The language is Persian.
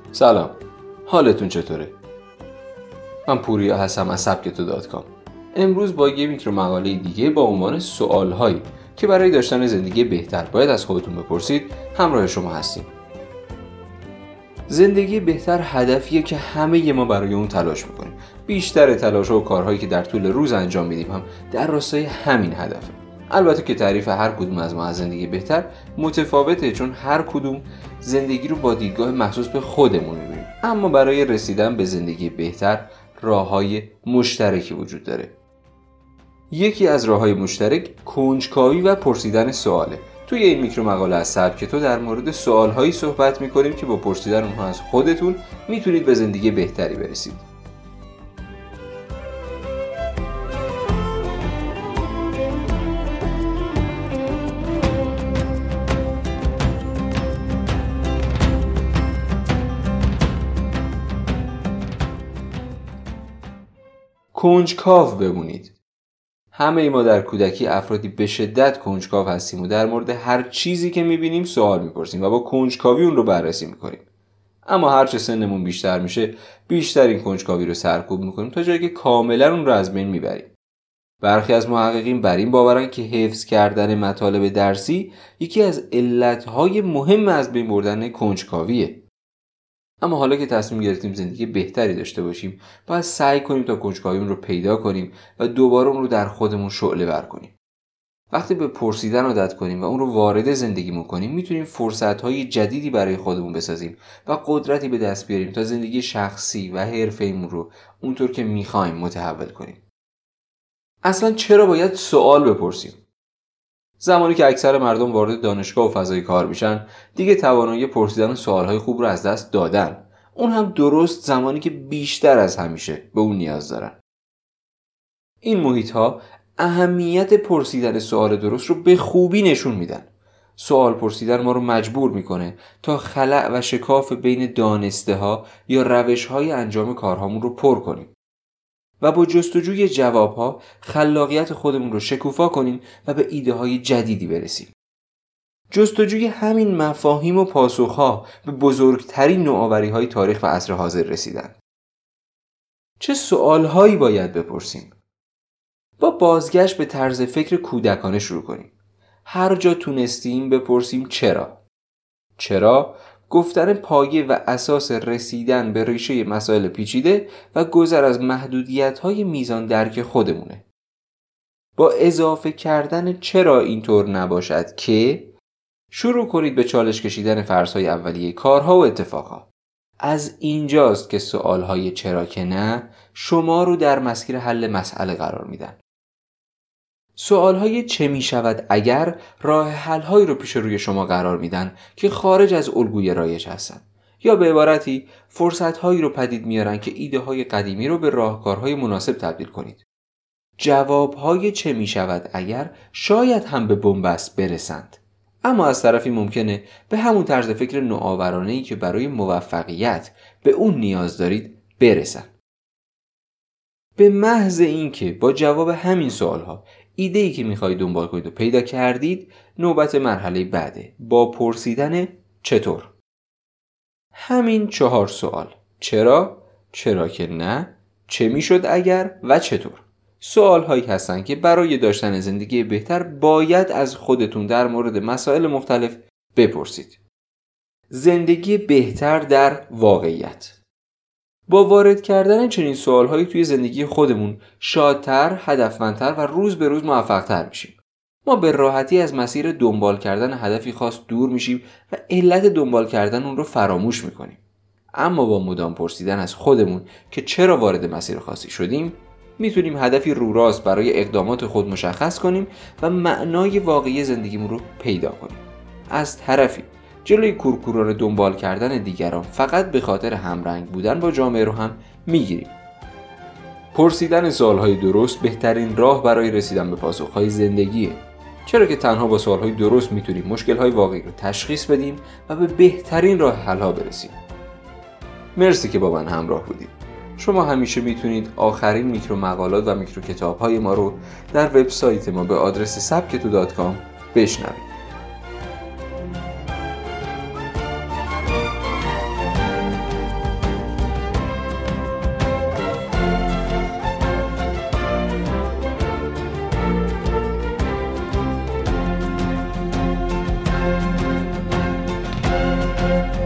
سلام، حالتون چطوره؟ من پوریا هستم از سبکتو.com. امروز با یه میکرو مقاله دیگه با عنوان سوال‌هایی که برای داشتن زندگی بهتر باید از خودتون بپرسید همراه شما هستیم. زندگی بهتر هدفیه که همه ما برای اون تلاش میکنیم. بیشتر تلاش‌ها و کارهایی که در طول روز انجام میدیم هم در راستای همین هدفه. البته که تعریف هر کدوم از ما از زندگی بهتر متفاوته، چون هر کدوم زندگی رو با دیدگاه مخصوص به خودمون می‌بینیم. اما برای رسیدن به زندگی بهتر راه‌های مشترکی وجود داره. یکی از راه‌های مشترک کنجکاوی و پرسیدن سواله. توی این میکرو مقاله از سبکتو در مورد سوال‌هایی صحبت می‌کنیم که با پرسیدن اونها از خودتون میتونید به زندگی بهتری برسید. کنجکاو بمونید. همه ما در کودکی افرادی به شدت کنجکاو هستیم و در مورد هر چیزی که می‌بینیم سوال می‌پرسیم و با کنجکاوی اون رو بررسی می‌کنیم. اما هرچه سنمون بیشتر میشه، بیشتر این کنجکاوی رو سرکوب می‌کنیم تا جایی که کاملا اون رو از بین می‌بریم. برخی از محققین بر این باورن که حفظ کردن مطالب درسی یکی از علت‌های مهم از بین بردن کنجکاویه. اما حالا که تصمیم گرفتیم زندگی بهتری داشته باشیم، باید سعی کنیم تا کنجکاویمون رو پیدا کنیم و دوباره اون رو در خودمون شعله ور کنیم. وقتی به پرسیدن عادت کنیم و اون رو وارد زندگیمون کنیم، میتونیم فرصت‌های جدیدی برای خودمون بسازیم و قدرتی به دست بیاریم تا زندگی شخصی و حرفه‌ایمون رو اونطور که می‌خوایم متحول کنیم. اصلاً چرا باید سوال بپرسیم؟ زمانی که اکثر مردم وارد دانشگاه و فضای کار میشن، دیگه توانایی پرسیدن سوالهای خوب رو از دست دادن. اون هم درست زمانی که بیشتر از همیشه به اون نیاز دارن. این محیط‌ها اهمیت پرسیدن سوال درست رو به خوبی نشون میدن. سوال پرسیدن ما رو مجبور میکنه تا خلأ و شکاف بین دانسته‌ها یا روش‌های انجام کارهامون رو پر کنیم و با جستجوی جوابها خلاقیت خودمون رو شکوفا کنیم و به ایده های جدیدی برسیم. جستجوی همین مفاهیم و پاسخها به بزرگترین نوآوری های تاریخ و عصر حاضر رسیدن. چه سوالهایی باید بپرسیم؟ با بازگشت به طرز فکر کودکانه شروع کنیم. هر جا تونستیم بپرسیم چرا؟ چرا؟ گفتن پایه و اساس رسیدن به ریشه مسائل پیچیده و گذر از محدودیت‌های میزان درک خودمونه. با اضافه کردن چرا اینطور نباشد که شروع کنید به چالش کشیدن فرض‌های اولیه کارها و اتفاقها. از اینجاست که سوال‌های چرا که نه شما رو در مسیر حل مسئله قرار میدن. سوال‌های چه می‌شود اگر راه حل‌هایی رو پیش روی شما قرار میدن که خارج از الگوی رایج هستن، یا به عبارتی فرصت‌هایی رو پدید میارن که ایده‌های قدیمی رو به راهکارهای مناسب تبدیل کنید. جواب‌های چه می‌شود اگر شاید هم به بن‌بست برسند، اما از طرفی ممکنه به همون طرز فکر نوآورانه‌ای که برای موفقیت به اون نیاز دارید برسن. به محض اینکه با جواب همین سوال‌ها ایده‌ای که می‌خواید دنبال کنید و پیدا کردید، نوبت مرحله بعده، با پرسیدن چطور. همین 4 سوال: چرا، چرا که نه، چه میشد اگر و چطور. سوال‌هایی هستن که برای داشتن زندگی بهتر باید از خودتون در مورد مسائل مختلف بپرسید. زندگی بهتر در واقعیت. با وارد کردن چنین سوال‌هایی توی زندگی خودمون شادتر، هدفمندتر و روز به روز موفق‌تر میشیم. ما به راحتی از مسیر دنبال کردن هدفی خاص دور میشیم و علت دنبال کردن اون رو فراموش میکنیم. اما با مدام پرسیدن از خودمون که چرا وارد مسیر خاصی شدیم، میتونیم هدفی رو راست برای اقدامات خود مشخص کنیم و معنای واقعی زندگیمون رو پیدا کنیم. از طرفی جلوی کورکورانه دنبال کردن دیگران فقط به خاطر همرنگ بودن با جامعه رو هم میگیریم. پرسیدن سوالهای درست بهترین راه برای رسیدن به پاسخهای زندگیه، چرا که تنها با سوالهای درست میتونیم مشکلهای واقعی رو تشخیص بدیم و به بهترین راه حل‌ها برسیم. مرسی که با من همراه بودید. شما همیشه میتونید آخرین میکرو مقالات و میکرو کتاب‌های ما رو در وبسایت ما به آدرس سبکتو.com بشنوید. کنید.